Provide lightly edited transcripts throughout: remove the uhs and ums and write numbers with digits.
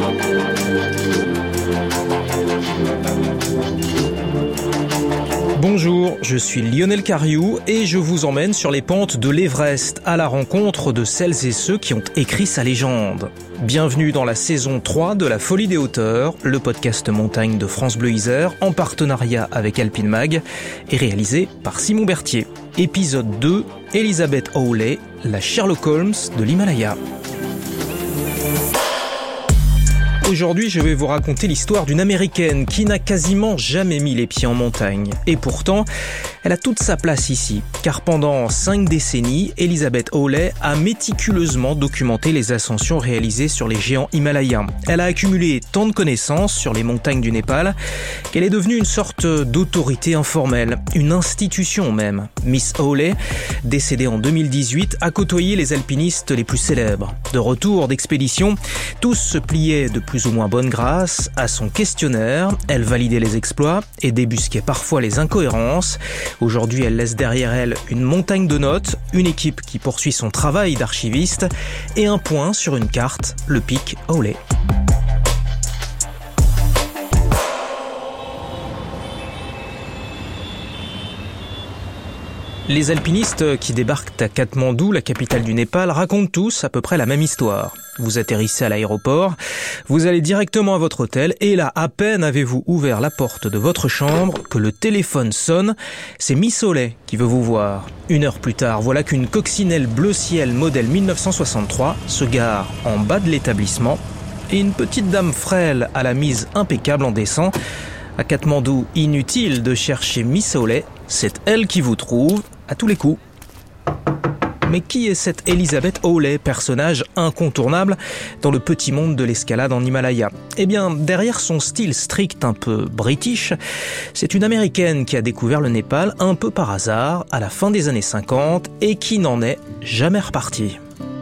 Bonjour, je suis Lionel Cariou et je vous emmène sur les pentes de l'Everest à la rencontre de celles et ceux qui ont écrit sa légende. Bienvenue dans la saison 3 de La Folie des Hauteurs, le podcast montagne de France Bleu Isère en partenariat avec Alpine Mag et réalisé par Simon Berthier. Épisode 2, Elizabeth Hawley, la Sherlock Holmes de l'Himalaya. Aujourd'hui, je vais vous raconter l'histoire d'une Américaine qui n'a quasiment jamais mis les pieds en montagne. Et pourtant, elle a toute sa place ici, car pendant 5 décennies, Elizabeth Hawley a méticuleusement documenté les ascensions réalisées sur les géants himalayens. Elle a accumulé tant de connaissances sur les montagnes du Népal qu'elle est devenue une sorte d'autorité informelle, une institution même. Miss Hawley, décédée en 2018, a côtoyé les alpinistes les plus célèbres. De retour d'expédition, tous se pliaient de plus ou moins bonne grâce à son questionnaire, elle validait les exploits et débusquait parfois les incohérences. Aujourd'hui, elle laisse derrière elle une montagne de notes, une équipe qui poursuit son travail d'archiviste et un point sur une carte, le pic Hawley. Les alpinistes qui débarquent à Katmandou, la capitale du Népal, racontent tous à peu près la même histoire. Vous atterrissez à l'aéroport, vous allez directement à votre hôtel et là, à peine avez-vous ouvert la porte de votre chambre que le téléphone sonne. C'est Miss Hawley qui veut vous voir. 1 heure plus tard, voilà qu'une coccinelle bleu ciel modèle 1963 se gare en bas de l'établissement et une petite dame frêle à la mise impeccable en descend. À Katmandou, inutile de chercher Miss Hawley, c'est elle qui vous trouve à tous les coups. Mais qui est cette Elizabeth Hawley, personnage incontournable dans le petit monde de l'escalade en Himalaya ? Eh bien, derrière son style strict un peu british, c'est une Américaine qui a découvert le Népal un peu par hasard à la fin des années 50 et qui n'en est jamais repartie.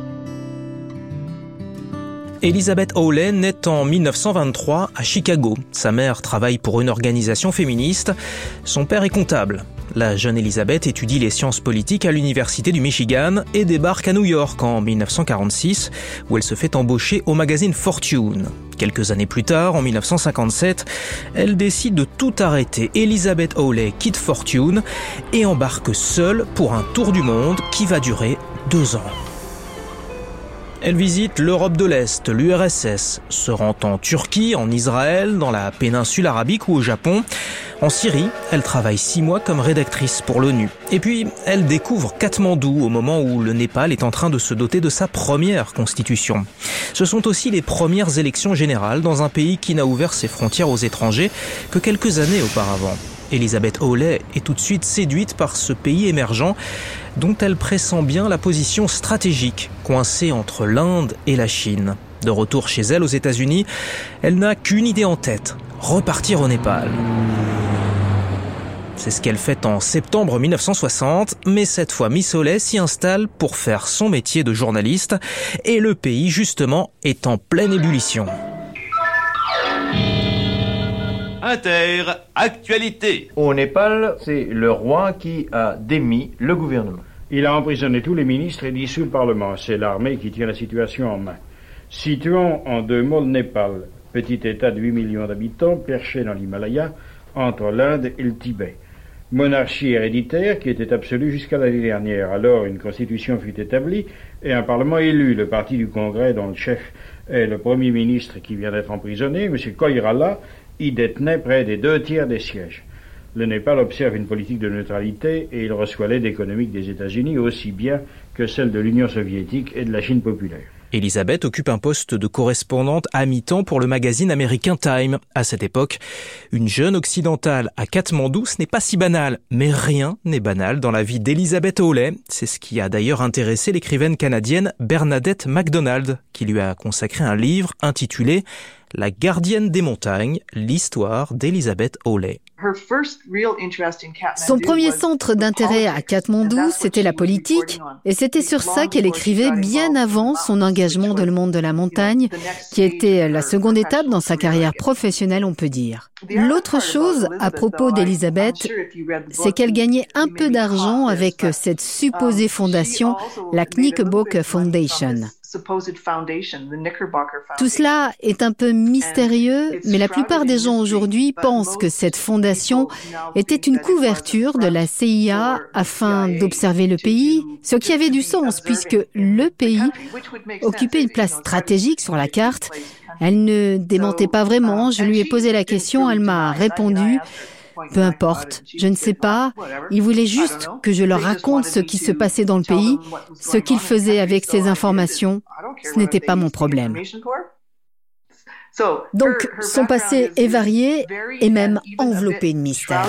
Elizabeth Hawley naît en 1923 à Chicago. Sa mère travaille pour une organisation féministe. Son père est comptable. La jeune Elizabeth étudie les sciences politiques à l'université du Michigan et débarque à New York en 1946, où elle se fait embaucher au magazine Fortune. Quelques années plus tard, en 1957, elle décide de tout arrêter. Elizabeth Hawley quitte Fortune et embarque seule pour un tour du monde qui va durer 2 ans. Elle visite l'Europe de l'Est, l'URSS, se rend en Turquie, en Israël, dans la péninsule arabique ou au Japon. En Syrie, elle travaille 6 mois comme rédactrice pour l'ONU. Et puis, elle découvre Katmandou au moment où le Népal est en train de se doter de sa première constitution. Ce sont aussi les premières élections générales dans un pays qui n'a ouvert ses frontières aux étrangers que quelques années auparavant. Elizabeth Hawley est tout de suite séduite par ce pays émergent dont elle pressent bien la position stratégique, coincée entre l'Inde et la Chine. De retour chez elle aux États-Unis, elle n'a qu'une idée en tête, repartir au Népal. C'est ce qu'elle fait en septembre 1960, mais cette fois Miss Hawley s'y installe pour faire son métier de journaliste et le pays justement est en pleine ébullition. Inter, actualité. Au Népal, c'est le roi qui a démis le gouvernement. Il a emprisonné tous les ministres et dissous le Parlement. C'est l'armée qui tient la situation en main. Situons en 2 mots le Népal, petit état de 8 millions d'habitants perché dans l'Himalaya, entre l'Inde et le Tibet. Monarchie héréditaire qui était absolue jusqu'à l'année dernière. Alors une constitution fut établie et un parlement élu. Le parti du Congrès dont le chef est le premier ministre qui vient d'être emprisonné, M. Koirala, y détenait près des 2/3 des sièges. Le Népal observe une politique de neutralité et il reçoit l'aide économique des États-Unis aussi bien que celle de l'Union soviétique et de la Chine populaire. Elizabeth occupe un poste de correspondante à mi-temps pour le magazine américain Time. À cette époque, une jeune occidentale à Katmandou, ce n'est pas si banal. Mais rien n'est banal dans la vie d'Elizabeth Hawley. C'est ce qui a d'ailleurs intéressé l'écrivaine canadienne Bernadette Macdonald, qui lui a consacré un livre intitulé « La gardienne des montagnes, l'histoire d'Elizabeth Hawley ». Son premier centre d'intérêt à Katmandou, c'était la politique, et c'était sur ça qu'elle écrivait bien avant son engagement dans le monde de la montagne, qui était la seconde étape dans sa carrière professionnelle, on peut dire. L'autre chose à propos d'Elizabeth, c'est qu'elle gagnait un peu d'argent avec cette supposée fondation, la Knickerbocker Foundation. Tout cela est un peu mystérieux, mais la plupart des gens aujourd'hui pensent que cette fondation était une couverture de la CIA afin d'observer le pays, ce qui avait du sens puisque le pays occupait une place stratégique sur la carte. Elle ne démentait pas vraiment, je lui ai posé la question, elle m'a répondu « Peu importe, je ne sais pas, ils voulaient juste que je leur raconte ce qui se passait dans le pays, ce qu'ils faisaient avec ces informations, ce n'était pas mon problème. » Donc, son passé est varié et même enveloppé de mystères.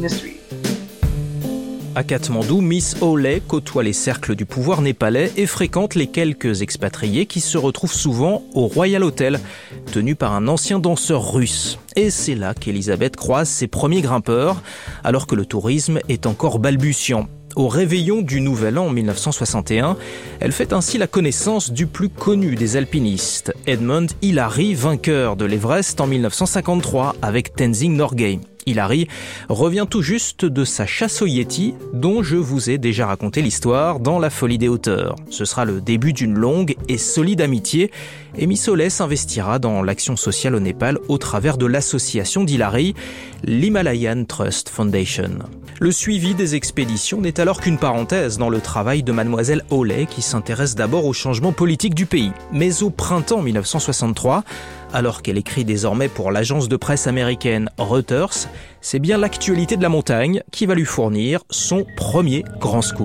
À Katmandou, Miss Oley côtoie les cercles du pouvoir népalais et fréquente les quelques expatriés qui se retrouvent souvent au Royal Hotel, tenu par un ancien danseur russe. Et c'est là qu'Elisabeth croise ses premiers grimpeurs, alors que le tourisme est encore balbutiant. Au réveillon du Nouvel An en 1961, elle fait ainsi la connaissance du plus connu des alpinistes, Edmund Hillary, vainqueur de l'Everest en 1953 avec Tenzing Norgay. Hillary revient tout juste de sa chasse au Yéti, dont je vous ai déjà raconté l'histoire dans La Folie des hauteurs. Ce sera le début d'une longue et solide amitié, et Miss Oley s'investira dans l'action sociale au Népal au travers de l'association d'Hillary, l'Himalayan Trust Foundation. Le suivi des expéditions n'est alors qu'une parenthèse dans le travail de mademoiselle Oley, qui s'intéresse d'abord au changement politique du pays. Mais au printemps 1963, alors qu'elle écrit désormais pour l'agence de presse américaine Reuters, c'est bien l'actualité de la montagne qui va lui fournir son premier grand scoop.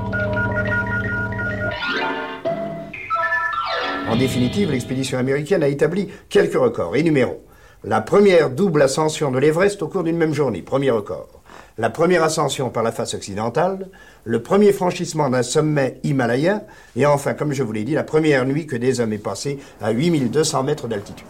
En définitive, l'expédition américaine a établi quelques records. Énumérons. La première double ascension de l'Everest au cours d'une même journée, premier record. La première ascension par la face occidentale, le premier franchissement d'un sommet himalayen, et enfin, comme je vous l'ai dit, la première nuit que des hommes aient passé à 8200 mètres d'altitude.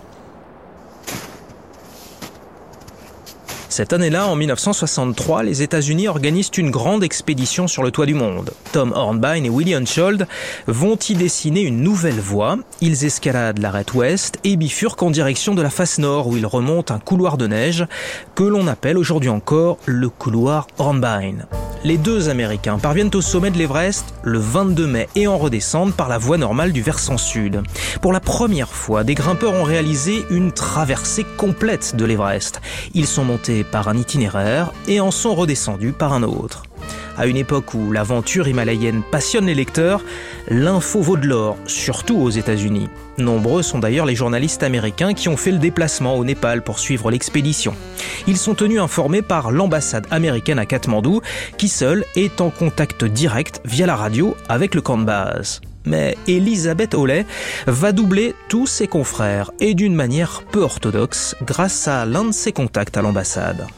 Cette année-là, en 1963, les États-Unis organisent une grande expédition sur le toit du monde. Tom Hornbein et Willie Unshold vont y dessiner une nouvelle voie. Ils escaladent l'arête ouest et bifurquent en direction de la face nord où ils remontent un couloir de neige que l'on appelle aujourd'hui encore le couloir Hornbein. Les deux Américains parviennent au sommet de l'Everest le 22 mai et en redescendent par la voie normale du versant sud. Pour la première fois, des grimpeurs ont réalisé une traversée complète de l'Everest. Ils sont montés par un itinéraire et en sont redescendus par un autre. À une époque où l'aventure himalayenne passionne les lecteurs, l'info vaut de l'or, surtout aux États-Unis. Nombreux sont d'ailleurs les journalistes américains qui ont fait le déplacement au Népal pour suivre l'expédition. Ils sont tenus informés par l'ambassade américaine à Katmandou, qui seule est en contact direct via la radio avec le camp de base. Mais Elisabeth Oley va doubler tous ses confrères et d'une manière peu orthodoxe grâce à l'un de ses contacts à l'ambassade.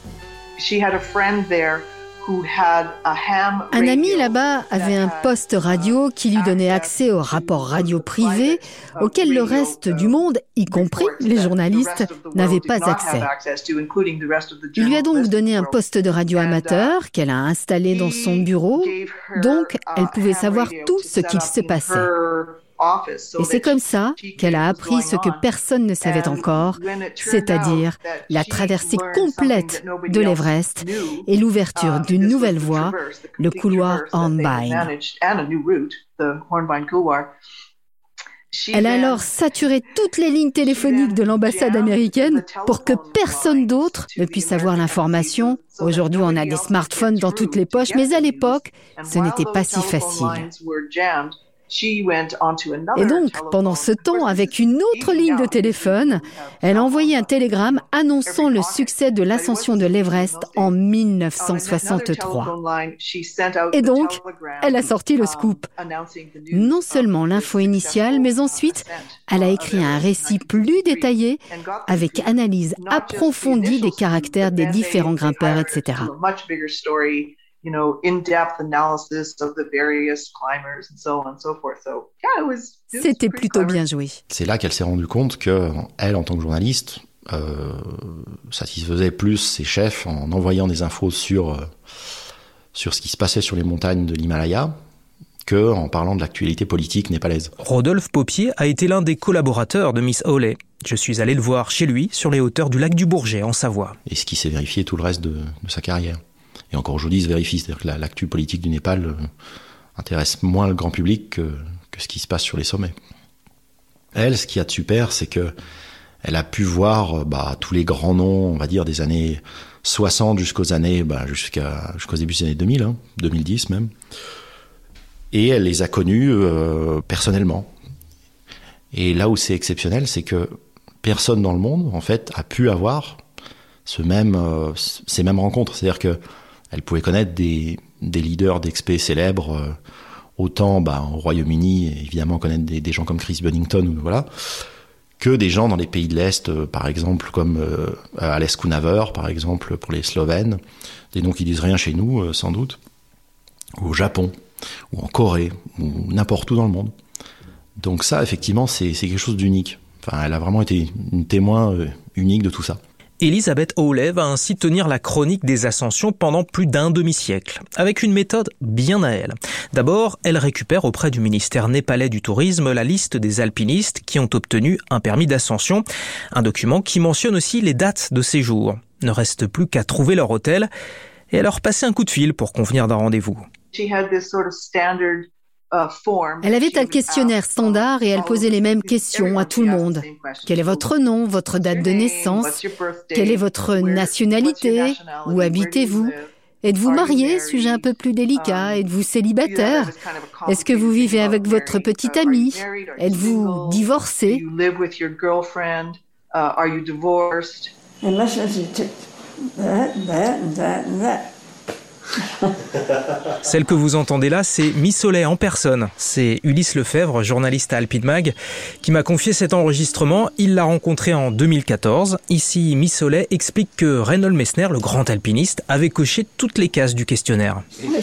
Un ami là-bas avait un poste radio qui lui donnait accès aux rapports radio privés auxquels le reste du monde, y compris les journalistes, n'avait pas accès. Il lui a donc donné un poste de radio amateur qu'elle a installé dans son bureau, donc elle pouvait savoir tout ce qu'il se passait. Et c'est comme ça qu'elle a appris ce que personne ne savait encore, c'est-à-dire la traversée complète de l'Everest et l'ouverture d'une nouvelle voie, le couloir Hornbein. Elle a alors saturé toutes les lignes téléphoniques de l'ambassade américaine pour que personne d'autre ne puisse avoir l'information. Aujourd'hui, on a des smartphones dans toutes les poches, mais à l'époque, ce n'était pas si facile. Et donc, pendant ce temps, avec une autre ligne de téléphone, elle a envoyé un télégramme annonçant le succès de l'ascension de l'Everest en 1963. Et donc, elle a sorti le scoop. Non seulement l'info initiale, mais ensuite, elle a écrit un récit plus détaillé avec analyse approfondie des caractères des différents grimpeurs, etc. C'était plutôt bien joué. C'est là qu'elle s'est rendue compte que elle, en tant que journaliste, satisfaisait plus ses chefs en envoyant des infos sur ce qui se passait sur les montagnes de l'Himalaya que en parlant de l'actualité politique népalaise. Rodolphe Paupier a été l'un des collaborateurs de Miss Oley. Je suis allé le voir chez lui, sur les hauteurs du lac du Bourget, en Savoie. Et ce qui s'est vérifié tout le reste de sa carrière. Et encore aujourd'hui, il se vérifie. C'est-à-dire que l'actu politique du Népal intéresse moins le grand public que ce qui se passe sur les sommets. Elle, ce qu'il y a de super, c'est que elle a pu voir tous les grands noms, on va dire, des années 60 jusqu'au début des années 2000, 2010 même. Et elle les a connus personnellement. Et là où c'est exceptionnel, c'est que personne dans le monde, en fait, a pu avoir ces mêmes rencontres. C'est-à-dire que elle pouvait connaître des leaders d'expé célèbres, autant au Royaume-Uni, évidemment connaître des gens comme Chris Bunnington, que des gens dans les pays de l'Est, par exemple, comme Ales Kunaver, par exemple, pour les Slovènes, des noms qui disent rien chez nous, sans doute, ou au Japon, ou en Corée, ou n'importe où dans le monde. Donc ça, effectivement, c'est quelque chose d'unique. Enfin, elle a vraiment été une témoin unique de tout ça. Elizabeth Hawley va ainsi tenir la chronique des ascensions pendant plus d'un demi-siècle, avec une méthode bien à elle. D'abord, elle récupère auprès du ministère népalais du tourisme la liste des alpinistes qui ont obtenu un permis d'ascension, un document qui mentionne aussi les dates de séjour. Ne reste plus qu'à trouver leur hôtel et à leur passer un coup de fil pour convenir d'un rendez-vous. Elle avait un questionnaire standard et elle posait les mêmes questions à tout le monde. Quel est votre nom, votre date de naissance? Quelle est votre nationalité? Où habitez-vous? Êtes-vous marié? Sujet un peu plus délicat. Êtes-vous célibataire? Est-ce que vous vivez avec votre petite amie? Êtes-vous divorcé? Celle que vous entendez là, c'est Miss Hawley en personne. C'est Ulysse Lefebvre, journaliste à Alpine Mag, qui m'a confié cet enregistrement. Il l'a rencontré en 2014. Ici, Miss Hawley explique que Reinhold Messner, le grand alpiniste, avait coché toutes les cases du questionnaire.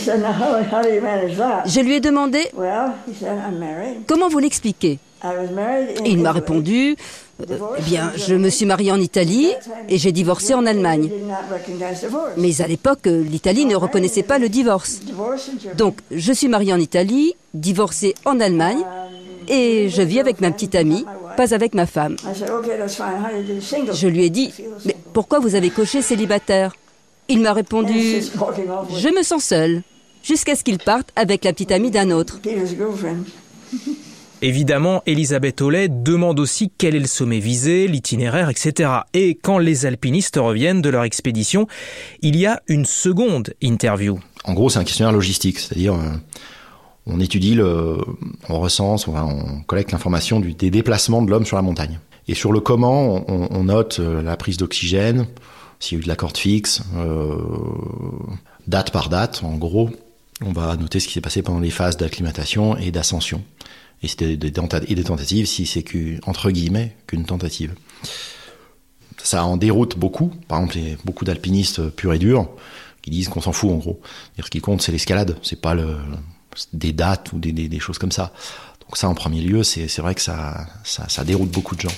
Je lui ai demandé « Comment vous l'expliquez ?» Et il m'a répondu je me suis marié en Italie et j'ai divorcé en Allemagne. Mais à l'époque, l'Italie ne reconnaissait pas le divorce. Donc, je suis marié en Italie, divorcé en Allemagne et je vis avec ma petite amie, pas avec ma femme. Je lui ai dit « Mais pourquoi vous avez coché célibataire ?» Il m'a répondu « Je me sens seul » jusqu'à ce qu'il parte avec la petite amie d'un autre. Évidemment, Elizabeth Hawley demande aussi quel est le sommet visé, l'itinéraire, etc. Et quand les alpinistes reviennent de leur expédition, il y a une seconde interview. En gros, c'est un questionnaire logistique, c'est-à-dire on étudie, on recense, on collecte l'information des déplacements de l'homme sur la montagne. Et sur le comment, on note la prise d'oxygène, s'il y a eu de la corde fixe, date par date, en gros. On va noter ce qui s'est passé pendant les phases d'acclimatation et d'ascension. Et c'était des tentatives, si c'est entre guillemets qu'une tentative. Ça en déroute beaucoup. Par exemple, il y a beaucoup d'alpinistes purs et durs qui disent qu'on s'en fout en gros. Ce qui compte, c'est l'escalade, c'est pas des dates ou des choses comme ça. Donc ça, en premier lieu, c'est vrai que ça déroute beaucoup de gens.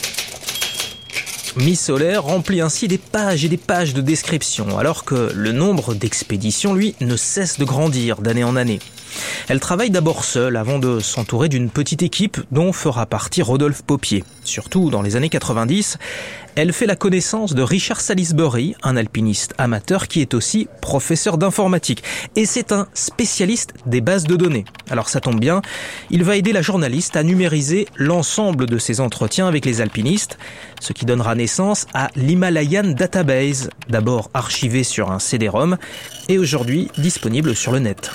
Miss Hawley remplit ainsi des pages et des pages de descriptions, alors que le nombre d'expéditions, lui, ne cesse de grandir d'année en année. Elle travaille d'abord seule avant de s'entourer d'une petite équipe dont fera partie Rodolphe Popier. Surtout dans les années 90, elle fait la connaissance de Richard Salisbury, un alpiniste amateur qui est aussi professeur d'informatique. Et c'est un spécialiste des bases de données. Alors ça tombe bien, il va aider la journaliste à numériser l'ensemble de ses entretiens avec les alpinistes, ce qui donnera naissance à l'Himalayan Database, d'abord archivé sur un CD-ROM et aujourd'hui disponible sur le net.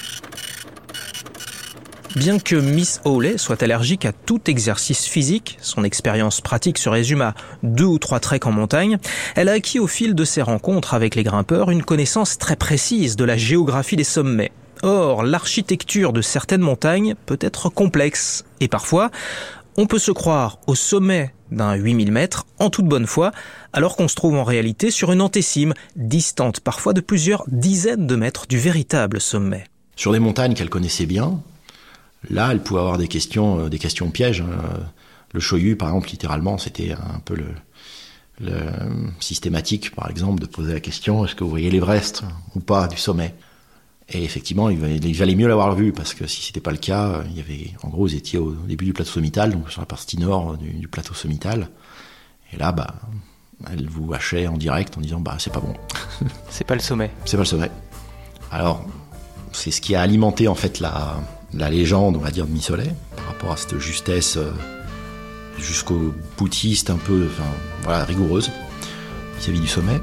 Bien que Miss Hawley soit allergique à tout exercice physique, son expérience pratique se résume à 2 ou 3 treks en montagne, elle a acquis au fil de ses rencontres avec les grimpeurs une connaissance très précise de la géographie des sommets. Or, l'architecture de certaines montagnes peut être complexe et parfois, on peut se croire au sommet d'un 8000 mètres en toute bonne foi, alors qu'on se trouve en réalité sur une antécime, distante parfois de plusieurs dizaines de mètres du véritable sommet. Sur des montagnes qu'elle connaissait bien, là, elle pouvait avoir des questions pièges. Le Choyu, par exemple, littéralement, c'était un peu le systématique, par exemple, de poser la question, est-ce que vous voyez l'Everest ou pas du sommet? Et effectivement, il valait mieux l'avoir vu, parce que si c'était pas le cas, vous étiez au début du plateau sommital, donc sur la partie nord du plateau sommital. Et là, elle vous hachait en direct en disant, c'est pas bon. C'est pas le sommet. C'est pas le sommet. Alors, c'est ce qui a alimenté, en fait, la légende, on va dire, de Miss Hawley, par rapport à cette justesse jusqu'aux bouddhistes un peu, rigoureuses vis-à-vis du sommet.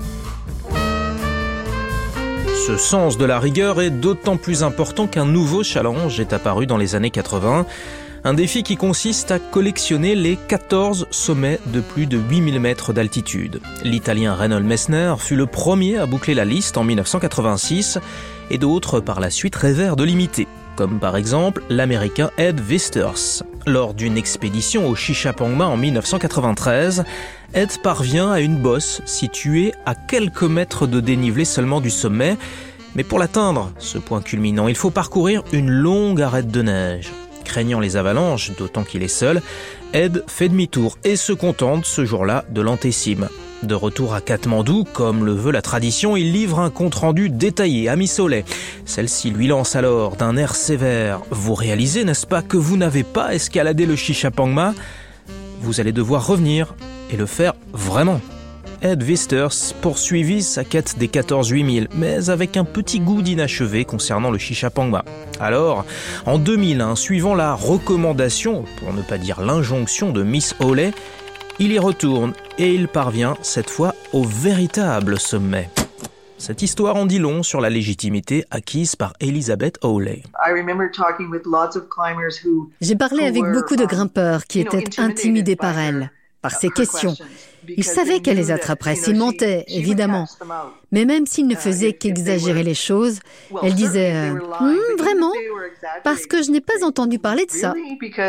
Ce sens de la rigueur est d'autant plus important qu'un nouveau challenge est apparu dans les années 80. Un défi qui consiste à collectionner les 14 sommets de plus de 8000 mètres d'altitude. L'Italien Reinhold Messner fut le premier à boucler la liste en 1986 et d'autres par la suite rêvèrent de l'imiter, comme par exemple l'Américain Ed Viesturs. Lors d'une expédition au Shishapangma en 1993, Ed parvient à une bosse située à quelques mètres de dénivelé seulement du sommet. Mais pour l'atteindre, ce point culminant, il faut parcourir une longue arête de neige. Craignant les avalanches, d'autant qu'il est seul, Ed fait demi-tour et se contente ce jour-là de l'antécime. De retour à Katmandou, comme le veut la tradition, il livre un compte-rendu détaillé à Miss Oley. Celle-ci lui lance alors d'un air sévère « Vous réalisez, n'est-ce pas, que vous n'avez pas escaladé le Shishapangma ? Vous allez devoir revenir et le faire vraiment ». Ed Viesturs poursuivit sa quête des 14-8000, mais avec un petit goût d'inachevé concernant le Shishapangma. Alors, en 2001, suivant la recommandation, pour ne pas dire l'injonction de Miss Oley, il y retourne et il parvient cette fois au véritable sommet. Cette histoire en dit long sur la légitimité acquise par Elizabeth Oley. J'ai parlé avec beaucoup de grimpeurs qui étaient intimidés par elle, par ses questions. Ils savaient qu'elle les attraperait s'ils mentaient, évidemment. Mais même s'ils ne faisaient qu'exagérer les choses, elle disait « Vraiment ? Parce que je n'ai pas entendu parler de ça. »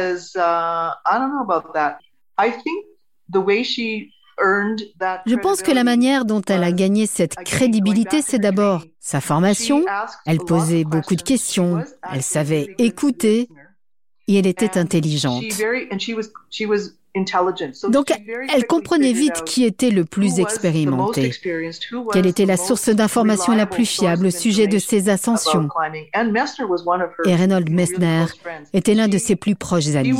Je pense que la manière dont elle a gagné cette crédibilité, c'est d'abord sa formation. Elle posait beaucoup de questions, elle savait écouter et elle était intelligente. Donc, elle comprenait vite qui était le plus expérimenté, quelle était la source d'information la plus fiable au sujet de ses ascensions. Et Reinhold Messner était l'un de ses plus proches amis.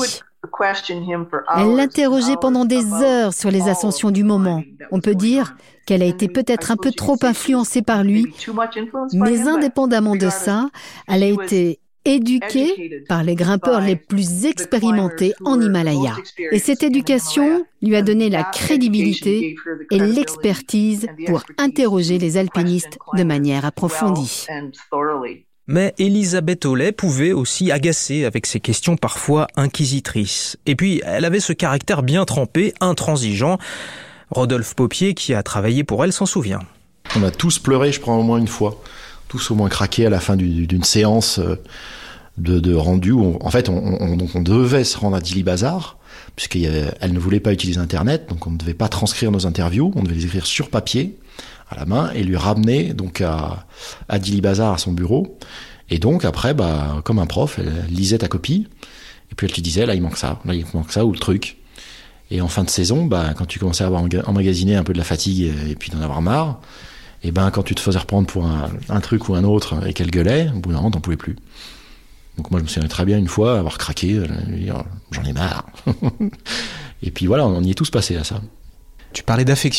Elle l'interrogeait pendant des heures sur les ascensions du moment. On peut dire qu'elle a été peut-être un peu trop influencée par lui, mais indépendamment de ça, elle a été éduquée par les grimpeurs les plus expérimentés en Himalaya. Et cette éducation lui a donné la crédibilité et l'expertise pour interroger les alpinistes de manière approfondie. Mais Elizabeth Oley pouvait aussi agacer avec ses questions parfois inquisitrices. Et puis, elle avait ce caractère bien trempé, intransigeant. Rodolphe Paupier, qui a travaillé pour elle, s'en souvient. On a tous pleuré, je crois, au moins une fois. Tous au moins craqué à la fin d'une séance de rendu où on devait se rendre à Dili Bazar, puisqu'elle ne voulait pas utiliser Internet, donc on ne devait pas transcrire nos interviews, on devait les écrire sur papier, à la main, et lui ramener donc à Dili Bazar, à son bureau. Et donc après, comme un prof, elle lisait ta copie, et puis elle te disait, là il manque ça, ou le truc. Et en fin de saison, quand tu commençais à avoir emmagasiné un peu de la fatigue et puis d'en avoir marre, et quand tu te faisais reprendre pour un truc ou un autre et qu'elle gueulait, au bout d'un moment, t'en pouvais plus. Donc moi, je me souviens très bien une fois avoir craqué, dire j'en ai marre. Et puis voilà, on y est tous passés à ça. Tu parlais d'affection ?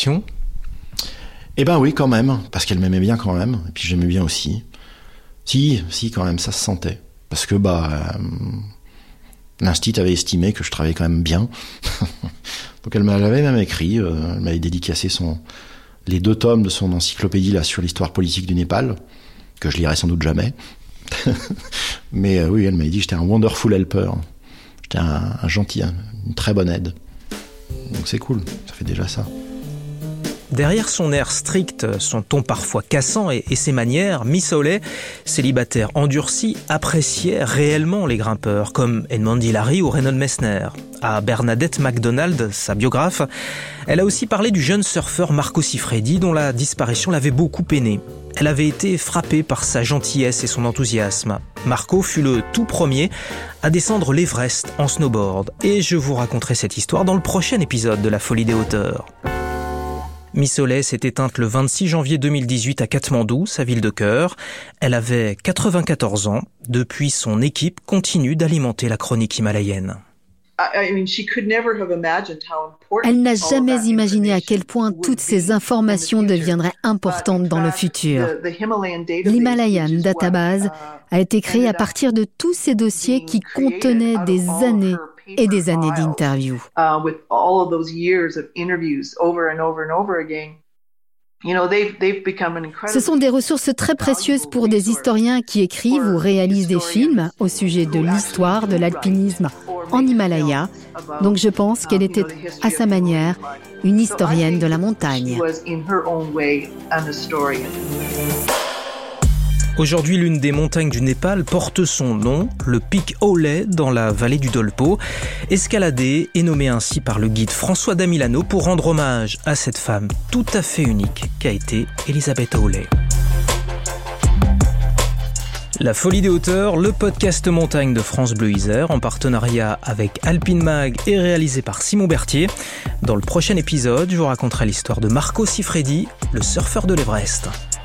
Eh ben oui, quand même, parce qu'elle m'aimait bien quand même, et puis j'aimais bien aussi. Si, quand même, ça se sentait. Parce que l'instit avait estimé que je travaillais quand même bien. Donc elle m'avait même écrit, elle m'avait dédicacé les 2 tomes de son encyclopédie là sur l'histoire politique du Népal, que je lirai sans doute jamais. Mais oui, elle m'a dit j'étais un wonderful helper, j'étais un gentil, une très bonne aide. Donc c'est cool, ça fait déjà ça. Derrière son air strict, son ton parfois cassant et ses manières, Miss Oley, célibataire endurcie, appréciait réellement les grimpeurs, comme Edmond Hillary ou Reinhold Messner. À Bernadette MacDonald, sa biographe, elle a aussi parlé du jeune surfeur Marco Siffredi, dont la disparition l'avait beaucoup peiné. Elle avait été frappée par sa gentillesse et son enthousiasme. Marco fut le tout premier à descendre l'Everest en snowboard. Et je vous raconterai cette histoire dans le prochain épisode de La Folie des hauteurs. Miss Oley s'est éteinte le 26 janvier 2018 à Katmandou, sa ville de cœur. Elle avait 94 ans. Depuis, son équipe continue d'alimenter la chronique himalayenne. Elle n'a jamais imaginé à quel point toutes ces informations deviendraient importantes dans le futur. L'Himalayan Database a été créée à partir de tous ces dossiers qui contenaient des années et des années d'interviews. Ce sont des ressources très précieuses pour des historiens qui écrivent ou réalisent des films au sujet de l'histoire de l'alpinisme en Himalaya. Donc je pense qu'elle était, à sa manière, une historienne de la montagne. Aujourd'hui, l'une des montagnes du Népal porte son nom, le pic Auley, dans la vallée du Dolpo, escaladé et nommé ainsi par le guide François Damilano pour rendre hommage à cette femme tout à fait unique qu'a été Elisabeth Auley. La Folie des hauteurs, le podcast montagne de France Bleu Isère, en partenariat avec Alpine Mag et réalisé par Simon Berthier. Dans le prochain épisode, je vous raconterai l'histoire de Marco Siffredi, le surfeur de l'Everest.